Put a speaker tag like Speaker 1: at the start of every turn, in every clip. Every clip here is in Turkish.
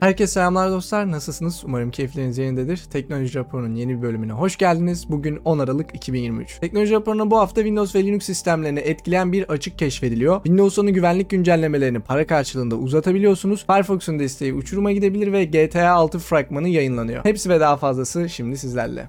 Speaker 1: Herkese selamlar dostlar. Nasılsınız? Umarım keyifleriniz yerindedir. Teknoloji Raporu'nun yeni bir bölümüne hoş geldiniz. Bugün 10 Aralık 2023. Teknoloji Raporu'na bu hafta Windows ve Linux sistemlerini etkileyen bir açık keşfediliyor. Windows 10'un güvenlik güncellemelerini para karşılığında uzatabiliyorsunuz. Firefox'un desteği uçuruma gidebilir ve GTA 6 fragmanı yayınlanıyor. Hepsi ve daha fazlası şimdi sizlerle.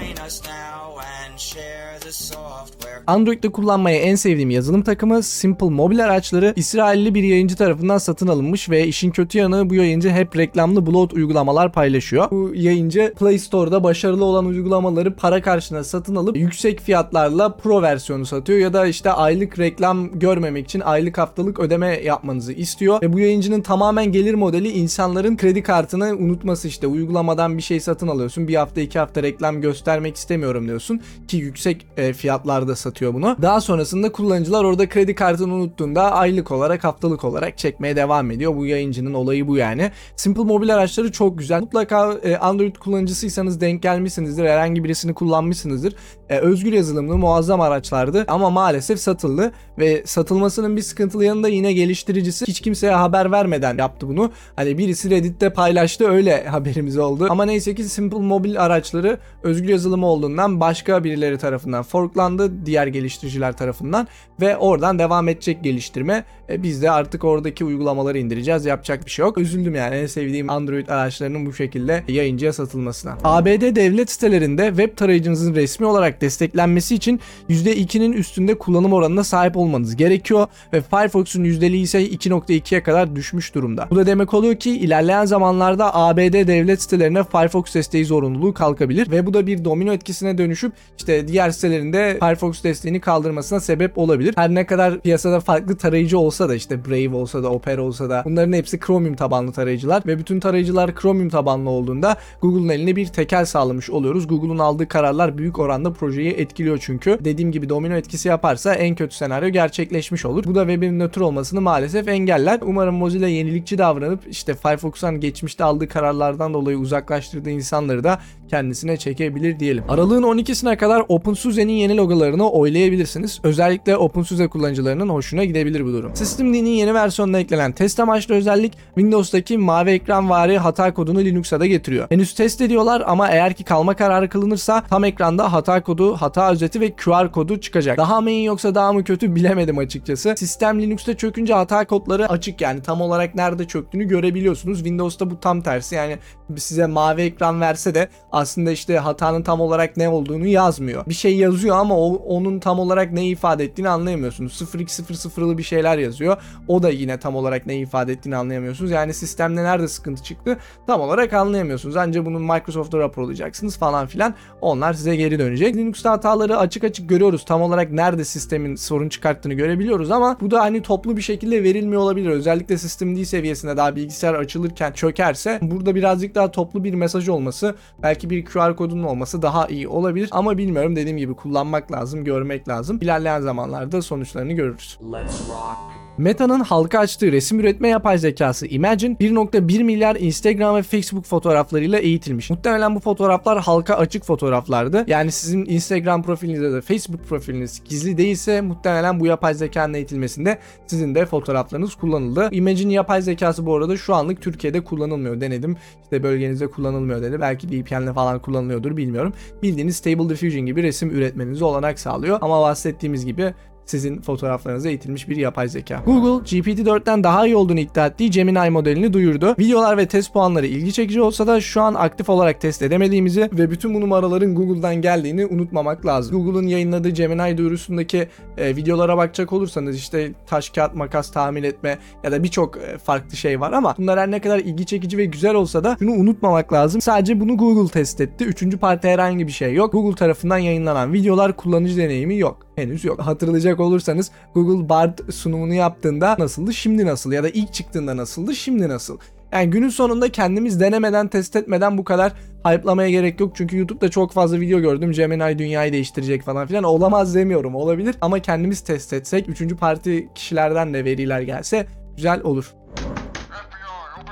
Speaker 1: Android'de kullanmayı en sevdiğim yazılım takımı Simple mobil araçları İsrailli bir yayıncı tarafından satın alınmış ve işin kötü yanı bu yayıncı hep reklamlı bloat uygulamalar paylaşıyor. Bu yayıncı Play Store'da başarılı olan uygulamaları para karşılığında satın alıp yüksek fiyatlarla pro versiyonu satıyor ya da işte aylık reklam görmemek için aylık haftalık ödeme yapmanızı istiyor ve bu yayıncının tamamen gelir modeli insanların kredi kartını unutması. İşte uygulamadan bir şey satın alıyorsun, bir hafta 2 hafta reklam göstermek istemiyorum diyorsun ki yüksek fiyatlarda satıyor bunu. Daha sonrasında kullanıcılar orada kredi kartını unuttuğunda aylık olarak haftalık olarak çekmeye devam ediyor. Bu yayıncının olayı bu yani. Simple mobil araçları çok güzel. Mutlaka Android kullanıcısıysanız denk gelmişsinizdir. Herhangi birisini kullanmışsınızdır. Özgür yazılımlı muazzam araçlardı ama maalesef satıldı ve satılmasının bir sıkıntılı yanında yine geliştiricisi hiç kimseye haber vermeden yaptı bunu. Hani birisi Reddit'te paylaştı, öyle haberimiz oldu. Ama neyse ki Simple mobil araçları özgür yazılımı olduğundan başka birileri tarafından forklandı, diğer geliştiriciler tarafından ve oradan devam edecek geliştirme. Biz de artık oradaki uygulamaları indireceğiz. Yapacak bir şey yok. Üzüldüm yani en sevdiğim Android araçlarının bu şekilde yayıncıya satılmasına. ABD devlet sitelerinde web tarayıcınızın resmi olarak desteklenmesi için %2'nin üstünde kullanım oranına sahip olmanız gerekiyor ve Firefox'un yüzdeliği ise 2.2'ye kadar düşmüş durumda. Bu da demek oluyor ki ilerleyen zamanlarda ABD devlet sitelerine Firefox desteği zorunluluğu kalkabilir ve bu da bir domino etkisine dönüşüp işte diğer sitelerinde Firefox desteğini kaldırmasına sebep olabilir. Her ne kadar piyasada farklı tarayıcı olsa da, işte Brave olsa da, Opera olsa da, bunların hepsi Chromium tabanlı tarayıcılar ve bütün tarayıcılar Chromium tabanlı olduğunda Google'un eline bir tekel sağlamış oluyoruz. Google'un aldığı kararlar büyük oranda projeyi etkiliyor çünkü. Dediğim gibi domino etkisi yaparsa en kötü senaryo gerçekleşmiş olur. Bu da web'in nötr olmasını maalesef engeller. Umarım Mozilla yenilikçi davranıp işte Firefox'un geçmişte aldığı kararlardan dolayı uzaklaştırdığı insanları da kendisine çekebilir diyelim. Aralığın 12'sine kadar OpenSUSE'nin yeni logolarını oylayabilirsiniz. Özellikle OpenSUSE kullanıcılarının hoşuna gidebilir bu durum. SystemD'nin yeni versiyonuna eklenen test amaçlı özellik Windows'taki mavi ekranvari hata kodunu Linux'a da getiriyor. Henüz test ediyorlar ama eğer ki kalma kararı kılınırsa tam ekranda hata kodu, hata özeti ve QR kodu çıkacak. Daha mı iyi yoksa daha mı kötü bilemedim açıkçası. Sistem Linux'te çökünce hata kodları açık, yani tam olarak nerede çöktüğünü görebiliyorsunuz. Windows'ta bu tam tersi, yani size mavi ekran verse de aslında işte hatanın tam olarak ne olduğunu yazmıyor. Bir şey yazıyor ama onun tam olarak ne ifade ettiğini anlayamıyorsunuz. 0200'lı bir şeyler yazıyor. O da yine tam olarak ne ifade ettiğini anlayamıyorsunuz. Yani sistemde nerede sıkıntı çıktı tam olarak anlayamıyorsunuz. Ancak bunu Microsoft'a raporlayacaksınız falan filan. Onlar size geri dönecek. Linux'ta hataları açık açık görüyoruz. Tam olarak nerede sistemin sorun çıkarttığını görebiliyoruz ama bu da hani toplu bir şekilde verilmiyor olabilir. Özellikle SystemD seviyesinde daha bilgisayar açılırken çökerse burada birazcık daha toplu bir mesaj olması, belki bir QR kodunun olması daha iyi olabilir. Ama bilmiyorum, dediğim gibi kullanmak lazım, görmek lazım. İlerleyen zamanlarda sonuçlarını görürüz. Meta'nın halka açtığı resim üretme yapay zekası Imagen 1.1 milyar Instagram ve Facebook fotoğraflarıyla eğitilmiş. Muhtemelen bu fotoğraflar halka açık fotoğraflardı. Yani sizin Instagram profiliniz ya da Facebook profiliniz gizli değilse muhtemelen bu yapay zekanın eğitilmesinde sizin de fotoğraflarınız kullanıldı. Imagen yapay zekası bu arada şu anlık Türkiye'de kullanılmıyor. Denedim. İşte bölgenizde kullanılmıyor dedi. Belki VPN'le falan kullanılıyordur, bilmiyorum. Bildiğiniz Stable Diffusion gibi resim üretmenize olanak sağlıyor. Ama bahsettiğimiz gibi sizin fotoğraflarınıza eğitilmiş bir yapay zeka. Google, GPT-4'ten daha iyi olduğunu iddia ettiği Gemini modelini duyurdu. Videolar ve test puanları ilgi çekici olsa da şu an aktif olarak test edemediğimizi ve bütün bu numaraların Google'dan geldiğini unutmamak lazım. Google'un yayınladığı Gemini duyurusundaki videolara bakacak olursanız işte taş kağıt makas tahmin etme ya da birçok farklı şey var ama bunlar her ne kadar ilgi çekici ve güzel olsa da şunu unutmamak lazım. Sadece bunu Google test etti. Üçüncü parti herhangi bir şey yok. Google tarafından yayınlanan videolar kullanıcı deneyimi yok. Henüz yok. Hatırlayacak olursanız Google Bard sunumunu yaptığında nasıldı, şimdi nasıl, ya da ilk çıktığında nasıldı, şimdi nasıl? Yani günün sonunda kendimiz denemeden, test etmeden bu kadar hype'lamaya gerek yok. Çünkü YouTube'da çok fazla video gördüm. Gemini dünyayı değiştirecek falan filan. Olamaz demiyorum, olabilir. Ama kendimiz test etsek, üçüncü parti kişilerden de veriler gelse güzel olur.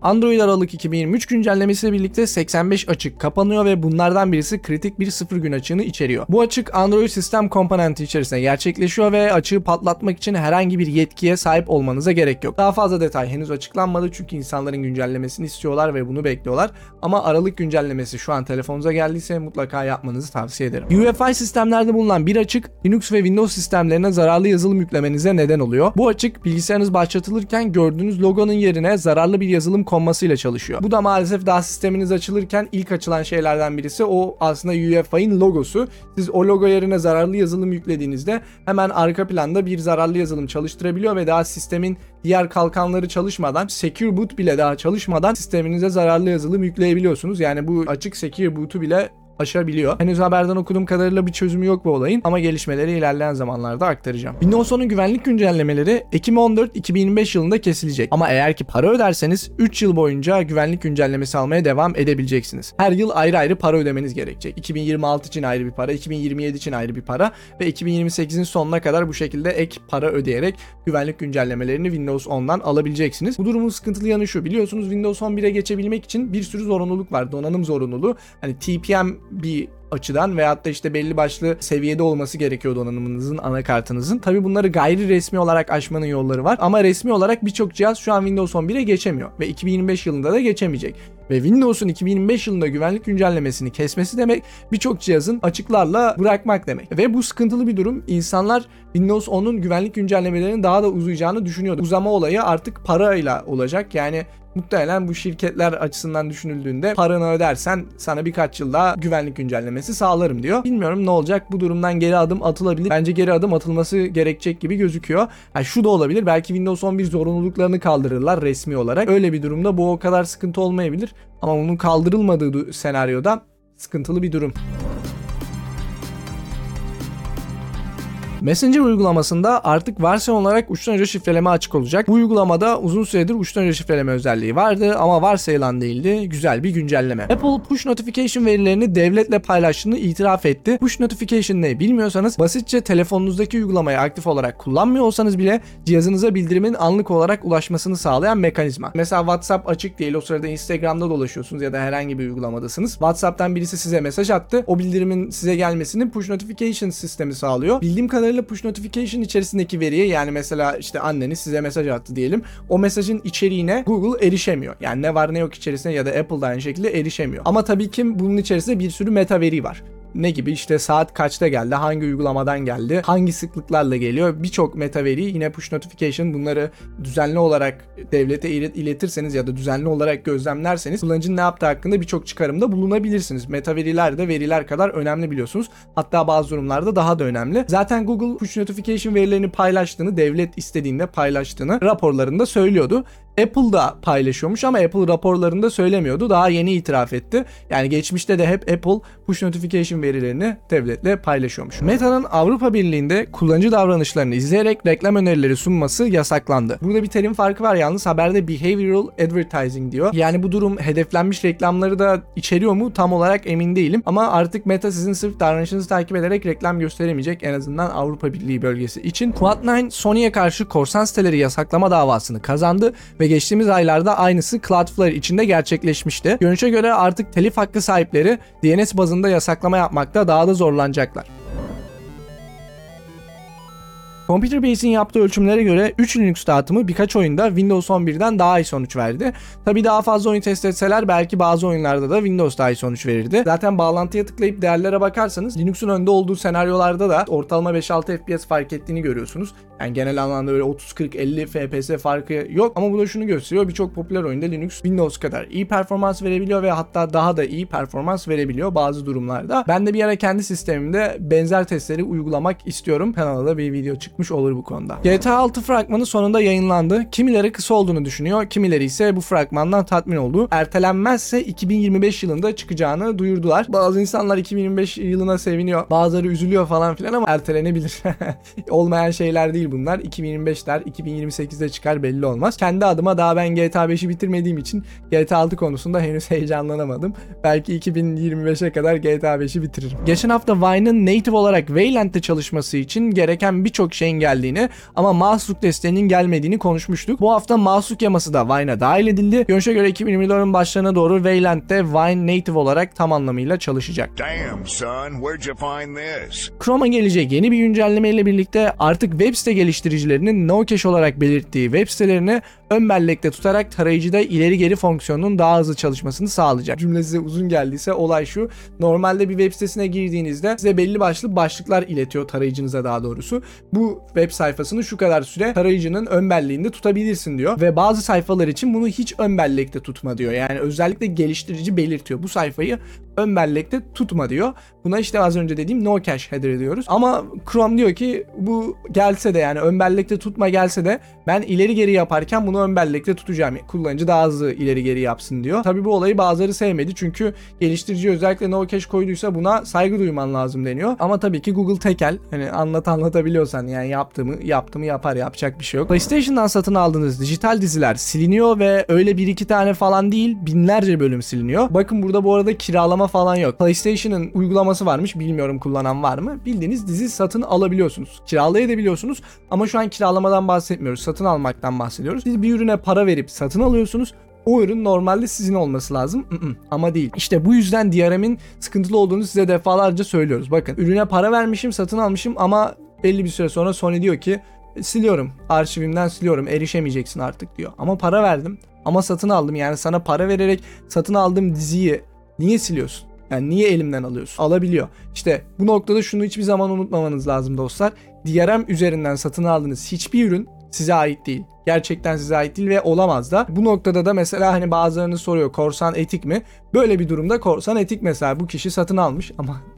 Speaker 1: Android Aralık 2023 güncellemesiyle birlikte 85 açık kapanıyor ve bunlardan birisi kritik bir 0 gün açığını içeriyor. Bu açık Android sistem komponenti içerisinde gerçekleşiyor ve açığı patlatmak için herhangi bir yetkiye sahip olmanıza gerek yok. Daha fazla detay henüz açıklanmadı çünkü insanların güncellemesini istiyorlar ve bunu bekliyorlar. Ama Aralık güncellemesi şu an telefonunuza geldiyse mutlaka yapmanızı tavsiye ederim. UEFI sistemlerde bulunan bir açık Linux ve Windows sistemlerine zararlı yazılım yüklemenize neden oluyor. Bu açık bilgisayarınız başlatılırken gördüğünüz logonun yerine zararlı bir yazılım konmasıyla çalışıyor. Bu da maalesef daha sisteminiz açılırken ilk açılan şeylerden birisi. O aslında UEFI'nin logosu. Siz o logo yerine zararlı yazılım yüklediğinizde hemen arka planda bir zararlı yazılım çalıştırabiliyor ve daha sistemin diğer kalkanları çalışmadan, Secure Boot bile daha çalışmadan sisteminize zararlı yazılım yükleyebiliyorsunuz. Yani bu açık Secure Boot'u bile aşabiliyor. Henüz haberden okuduğum kadarıyla bir çözümü yok bu olayın ama gelişmeleri ilerleyen zamanlarda aktaracağım. Windows 10'un güvenlik güncellemeleri Ekim 14 2025 yılında kesilecek. Ama eğer ki para öderseniz 3 yıl boyunca güvenlik güncellemesi almaya devam edebileceksiniz. Her yıl ayrı ayrı para ödemeniz gerekecek. 2026 için ayrı bir para, 2027 için ayrı bir para ve 2028'in sonuna kadar bu şekilde ek para ödeyerek güvenlik güncellemelerini Windows 10'dan alabileceksiniz. Bu durumun sıkıntılı yanı şu: biliyorsunuz Windows 11'e geçebilmek için bir sürü zorunluluk var. Donanım zorunluluğu. Hani TPM bir açıdan veyahut da işte belli başlı seviyede olması gerekiyor donanımınızın, anakartınızın. Tabi bunları gayri resmi olarak aşmanın yolları var ama resmi olarak birçok cihaz şu an Windows 11'e geçemiyor ve 2025 yılında da geçemeyecek. Ve Windows'un 2025 yılında güvenlik güncellemesini kesmesi demek birçok cihazın açıklarla bırakmak demek. Ve bu sıkıntılı bir durum. İnsanlar Windows 10'un güvenlik güncellemelerinin daha da uzayacağını düşünüyordu. Uzama olayı artık parayla olacak. Yani muhtemelen bu şirketler açısından düşünüldüğünde paranı ödersen sana birkaç yıl daha güvenlik güncellemesi sağlarım diyor. Bilmiyorum ne olacak, bu durumdan geri adım atılabilir. Bence geri adım atılması gerekecek gibi gözüküyor. Şu da olabilir, belki Windows 11 zorunluluklarını kaldırırlar resmi olarak. Öyle bir durumda bu o kadar sıkıntı olmayabilir. Ama bunun kaldırılmadığı senaryoda sıkıntılı bir durum. Messenger uygulamasında artık versiyon olarak uçtan uca şifreleme açık olacak. Bu uygulamada uzun süredir uçtan uca şifreleme özelliği vardı ama varsayılan değildi. Güzel bir güncelleme. Apple push notification verilerini devletle paylaştığını itiraf etti. Push notification ne bilmiyorsanız, basitçe telefonunuzdaki uygulamayı aktif olarak kullanmıyor olsanız bile cihazınıza bildirimin anlık olarak ulaşmasını sağlayan mekanizma. Mesela WhatsApp açık değil, o sırada Instagram'da dolaşıyorsunuz ya da herhangi bir uygulamadasınız. WhatsApp'tan birisi size mesaj attı. O bildirimin size gelmesini push notification sistemi sağlıyor. Bildiğim kadarıyla push notification içerisindeki veriye, yani mesela işte anneniz size mesaj attı diyelim. O mesajın içeriğine Google erişemiyor. Yani ne var ne yok içerisine ya da Apple da aynı şekilde erişemiyor. Ama tabii ki bunun içerisinde bir sürü meta veri var. Ne gibi? İşte saat kaçta geldi, hangi uygulamadan geldi, hangi sıklıklarla geliyor, birçok meta veri. Yine push notification, bunları düzenli olarak devlete iletirseniz ya da düzenli olarak gözlemlerseniz kullanıcının ne yaptığı hakkında birçok çıkarımda bulunabilirsiniz. Meta veriler de veriler kadar önemli biliyorsunuz. Hatta bazı durumlarda daha da önemli. Zaten Google push notification verilerini paylaştığını, devlet istediğinde paylaştığını raporlarında söylüyordu. Apple da paylaşıyormuş ama Apple raporlarında söylemiyordu. Daha yeni itiraf etti. Yani geçmişte de hep Apple push notification verilerini devletle paylaşıyormuş. Meta'nın Avrupa Birliği'nde kullanıcı davranışlarını izleyerek reklam önerileri sunması yasaklandı. Burada bir terim farkı var yalnız, haberde behavioral advertising diyor. Yani bu durum hedeflenmiş reklamları da içeriyor mu tam olarak emin değilim. Ama artık Meta sizin sırf davranışınızı takip ederek reklam gösteremeyecek, en azından Avrupa Birliği bölgesi için. Cloud9 Sony'ye karşı korsan siteleri yasaklama davasını kazandı ve geçtiğimiz aylarda aynısı Cloudflare için de gerçekleşmişti. Görünüşe göre artık telif hakkı sahipleri DNS bazında yasaklama yapmakta daha da zorlanacaklar. Computer Base'in yaptığı ölçümlere göre 3 Linux dağıtımı birkaç oyunda Windows 11'den daha iyi sonuç verdi. Tabi daha fazla oyun test etseler belki bazı oyunlarda da Windows daha iyi sonuç verirdi. Zaten bağlantıya tıklayıp değerlere bakarsanız Linux'un önde olduğu senaryolarda da ortalama 5-6 FPS fark ettiğini görüyorsunuz. Yani genel anlamda böyle 30-40-50 FPS farkı yok ama bu da şunu gösteriyor: birçok popüler oyunda Linux Windows kadar iyi performans verebiliyor ve hatta daha da iyi performans verebiliyor bazı durumlarda. Ben de bir ara kendi sistemimde benzer testleri uygulamak istiyorum. Kanala da bir video çıkmış olur bu konuda. GTA 6 fragmanı sonunda yayınlandı. Kimileri kısa olduğunu düşünüyor, kimileri ise bu fragmandan tatmin oldu. Ertelenmezse 2025 yılında çıkacağını duyurdular. Bazı insanlar 2025 yılına seviniyor, bazıları üzülüyor falan filan ama ertelenebilir. Olmayan şeyler değil bunlar. 2025'ler, 2028'de çıkar, belli olmaz. Kendi adıma daha ben GTA 5'i bitirmediğim için GTA 6 konusunda henüz heyecanlanamadım. Belki 2025'e kadar GTA 5'i bitiririm. Geçen hafta Vine'ın native olarak Wayland'de çalışması için gereken birçok şey şeyin geldiğini ama mahsuk desteğinin gelmediğini konuşmuştuk. Bu hafta mahsuk yaması da Vine'a dahil edildi. Görünüşe göre 2024'ün başlarına doğru Wayland'de Vine native olarak tam anlamıyla çalışacak.
Speaker 2: Damn son, where'd you find this?
Speaker 1: Chrome'a gelecek yeni bir güncelleme ile birlikte artık web site geliştiricilerinin no cache olarak belirttiği web sitelerini ön bellekte tutarak tarayıcıda ileri geri fonksiyonunun daha hızlı çalışmasını sağlayacak. Cümle size uzun geldiyse olay şu: normalde bir web sitesine girdiğinizde size belli başlı başlıklar iletiyor, tarayıcınıza daha doğrusu. Bu web sayfasını şu kadar süre tarayıcının ön belleğinde tutabilirsin diyor ve bazı sayfalar için bunu hiç ön bellekte tutma diyor. Yani özellikle geliştirici belirtiyor. Bu sayfayı ön bellekte tutma diyor. Buna işte az önce dediğim no cache header diyoruz. Ama Chrome diyor ki bu gelse de, yani ön bellekte tutma gelse de ben ileri geri yaparken bunu ön bellekte tutacağım. Kullanıcı daha hızlı ileri geri yapsın diyor. Tabii bu olayı bazıları sevmedi çünkü geliştirici özellikle no cache koyduysa buna saygı duyman lazım deniyor. Ama tabii ki Google tekel. Hani anlatabiliyorsan, yani yaptığımı yapar, yapacak bir şey yok. PlayStation'dan satın aldığınız dijital diziler siliniyor ve öyle bir iki tane falan değil, binlerce bölüm siliniyor. Bakın burada bu arada kiralama falan yok. PlayStation'ın uygulaması varmış. Bilmiyorum kullanan var mı? Bildiğiniz dizi satın alabiliyorsunuz. Kiralayabiliyorsunuz ama şu an kiralamadan bahsetmiyoruz. Satın almaktan bahsediyoruz. Siz bir ürüne para verip satın alıyorsunuz. O ürün normalde sizin olması lazım. Ama değil. İşte bu yüzden DRM'in sıkıntılı olduğunu size defalarca söylüyoruz. Bakın, ürüne para vermişim, satın almışım ama belli bir süre sonra Sony diyor ki siliyorum. Arşivimden siliyorum. Erişemeyeceksin artık diyor. Ama para verdim. Ama satın aldım. Yani sana para vererek satın aldığım diziyi niye siliyorsun? Yani niye elimden alıyorsun? Alabiliyor. İşte bu noktada şunu hiçbir zaman unutmamanız lazım dostlar. DRM üzerinden satın aldığınız hiçbir ürün size ait değil. Gerçekten size ait değil ve olamaz da. Bu noktada da mesela hani bazılarını soruyor, korsan etik mi? Böyle bir durumda korsan etik mesela. Bu kişi satın almış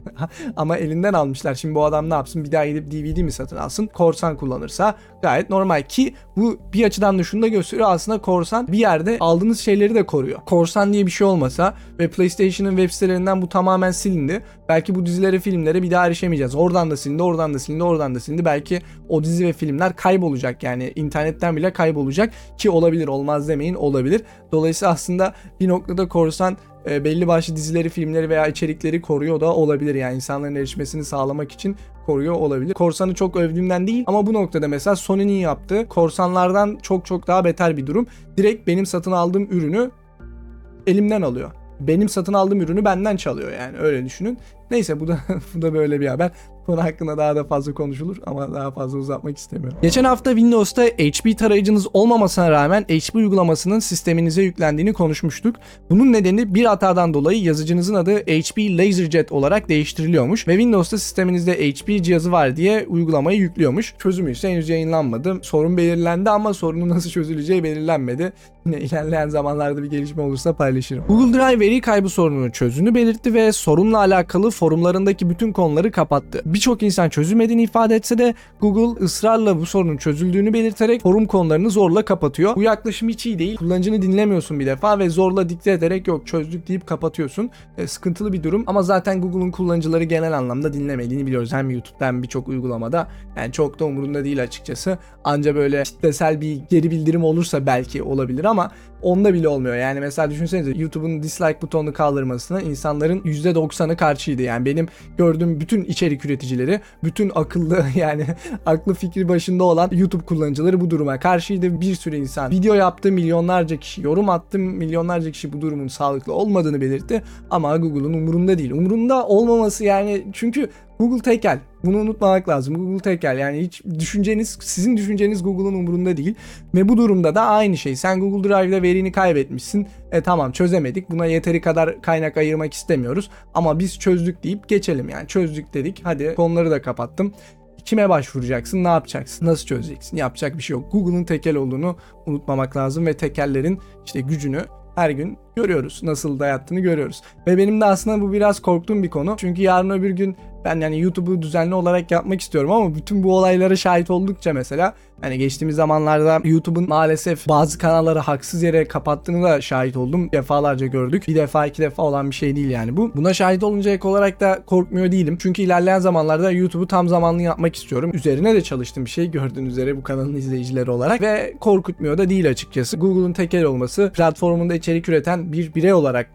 Speaker 1: ama elinden almışlar. Şimdi bu adam ne yapsın? Bir daha gidip DVD mi satın alsın? Korsan kullanırsa gayet normal ki bu bir açıdan da şunu da gösteriyor. Aslında korsan bir yerde aldığınız şeyleri de koruyor. Korsan diye bir şey olmasa ve PlayStation'ın web sitelerinden bu tamamen silindi. Belki bu dizilere, filmlere bir daha erişemeyeceğiz. Oradan da silindi, oradan da silindi, oradan da silindi. Belki o dizi ve filmler kaybolacak, yani internetten bile kaybolacak ki olabilir, olmaz demeyin, olabilir. Dolayısıyla aslında bir noktada korsan belli başlı dizileri, filmleri veya içerikleri koruyor da olabilir. Yani insanların erişmesini sağlamak için koruyor olabilir. Korsanı çok övdüğümden değil ama bu noktada mesela Sony'nin yaptığı korsanlardan çok daha beter bir durum. Direkt benim satın aldığım ürünü elimden alıyor. Benim satın aldığım ürünü benden çalıyor, yani öyle düşünün. Neyse bu da böyle bir haber. Konu hakkında daha da fazla konuşulur ama daha fazla uzatmak istemiyorum. Geçen hafta Windows'ta HP tarayıcınız olmamasına rağmen HP uygulamasının sisteminize yüklendiğini konuşmuştuk. Bunun nedeni bir hatadan dolayı yazıcınızın adı HP LaserJet olarak değiştiriliyormuş ve Windows'ta sisteminizde HP cihazı var diye uygulamayı yüklüyormuş. Çözümü ise henüz yayınlanmadı. Sorun belirlendi ama sorunun nasıl çözüleceği belirlenmedi. Yine ilerleyen zamanlarda bir gelişme olursa paylaşırım. Google Drive veri kaybı sorununu çözdüğünü belirtti ve sorunla alakalı forumlarındaki bütün konuları kapattı. Birçok insan çözülmediğini ifade etse de Google ısrarla bu sorunun çözüldüğünü belirterek forum konularını zorla kapatıyor. Bu yaklaşım hiç iyi değil. Kullanıcını dinlemiyorsun bir defa ve zorla dikte ederek yok çözdük deyip kapatıyorsun. Sıkıntılı bir durum ama zaten Google'un kullanıcıları genel anlamda dinlemediğini biliyoruz. Hem YouTube'da hem birçok uygulamada. Yani çok da umurunda değil açıkçası. Anca böyle kitlesel bir geri bildirim olursa belki olabilir ama onda bile olmuyor. Yani mesela düşünsenize, YouTube'un dislike butonunu kaldırmasına insanların %90'ı karşıydı. Yani benim gördüğüm bütün içerik üreticileri, bütün akıllı yani aklı fikri başında olan YouTube kullanıcıları bu duruma karşıydı. Bir sürü insan video yaptı, milyonlarca kişi yorum attı, milyonlarca kişi bu durumun sağlıklı olmadığını belirtti ama Google'un umurunda değil. Umurunda olmaması yani, çünkü Google tekel. Bunu unutmamak lazım. Google tekel. Yani hiç sizin düşünceniz Google'un umurunda değil. Ve bu durumda da aynı şey. Sen Google Drive'da verini kaybetmişsin. Tamam çözemedik. Buna yeteri kadar kaynak ayırmak istemiyoruz. Ama biz çözdük deyip geçelim yani. Çözdük dedik. Hadi konuları da kapattım. Kime başvuracaksın? Ne yapacaksın? Nasıl çözeceksin? Yapacak bir şey yok. Google'un tekel olduğunu unutmamak lazım ve tekellerin işte gücünü her gün görüyoruz. Nasıl dayattığını görüyoruz. Ve benim de aslında bu biraz korktuğum bir konu. Çünkü yarın öbür gün ben yani YouTube'u düzenli olarak yapmak istiyorum ama bütün bu olaylara şahit oldukça mesela hani geçtiğimiz zamanlarda YouTube'un maalesef bazı kanalları haksız yere kapattığını da şahit oldum. Defalarca gördük. Bir defa iki defa olan bir şey değil yani bu. Buna şahit olunca ek olarak da korkmuyor değilim. Çünkü ilerleyen zamanlarda YouTube'u tam zamanlı yapmak istiyorum. Üzerine de çalıştığım bir şey, gördüğünüz üzere bu kanalın izleyicileri olarak ve korkutmuyor da değil açıkçası. Google'un tekel olması, platformunda içerik üreten bir birey olarak da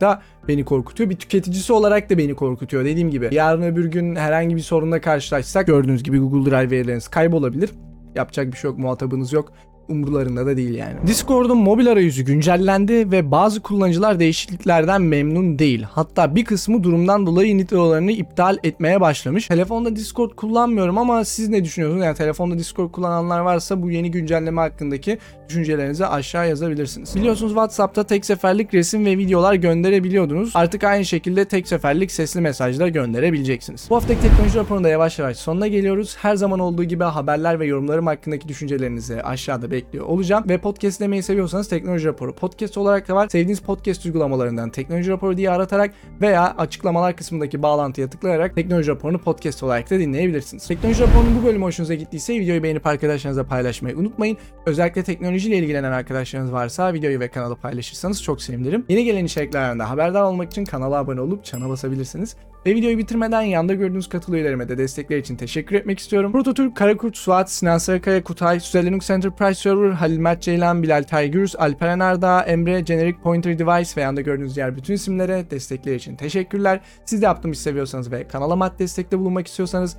Speaker 1: beni korkutuyor. Bir tüketicisi olarak da beni korkutuyor. Dediğim gibi yarın öbür gün herhangi bir sorunla karşılaşsak gördüğünüz gibi Google Drive verileriniz kaybolabilir. Yapacak bir şey yok, muhatabınız yok. Umurlarında da değil yani. Discord'un mobil arayüzü güncellendi ve bazı kullanıcılar değişikliklerden memnun değil. Hatta bir kısmı durumdan dolayı nitrolarını iptal etmeye başlamış. Telefonda Discord kullanmıyorum ama siz ne düşünüyorsunuz? Yani telefonda Discord kullananlar varsa bu yeni güncelleme hakkındaki düşüncelerinizi aşağı yazabilirsiniz. Biliyorsunuz WhatsApp'ta tek seferlik resim ve videolar gönderebiliyordunuz. Artık aynı şekilde tek seferlik sesli mesajlar gönderebileceksiniz. Bu haftaki teknoloji raporunda yavaş yavaş sonuna geliyoruz. Her zaman olduğu gibi haberler ve yorumlarım hakkındaki düşüncelerinizi aşağıda bekliyor olacağım. Ve podcast dinlemeyi seviyorsanız Teknoloji Raporu podcast olarak da var. Sevdiğiniz podcast uygulamalarından Teknoloji Raporu diye aratarak veya açıklamalar kısmındaki bağlantıya tıklayarak Teknoloji Raporu'nu podcast olarak da dinleyebilirsiniz. Teknoloji Raporu'nun bu bölümü hoşunuza gittiyse videoyu beğenip arkadaşlarınızla paylaşmayı unutmayın. Özellikle teknolojiyle ilgilenen arkadaşlarınız varsa videoyu ve kanalı paylaşırsanız çok sevinirim. Yeni gelen içeriklerden de haberdar olmak için kanala abone olup çana basabilirsiniz. Ve videoyu bitirmeden yanda gördüğünüz katıl üyelerime de destekleri için teşekkür etmek istiyorum. Prototürk, Karakurt, Suat, Sinan Sarıkaya, Kutay, Süzel Linux Enterprise Server, Halil Mert Ceylan, Bilal Taygürüz, Alperen Ardağ, Emre, Generic Pointer Device ve yanda gördüğünüz diğer bütün isimlere destekleri için teşekkürler. Siz de yaptığımı seviyorsanız ve kanala maddi destekte bulunmak istiyorsanız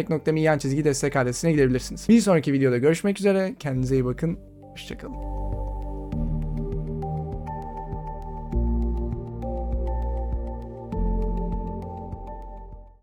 Speaker 1: yusufbek.me/destek adresine gidebilirsiniz. Bir sonraki videoda görüşmek üzere. Kendinize iyi bakın. Hoşçakalın.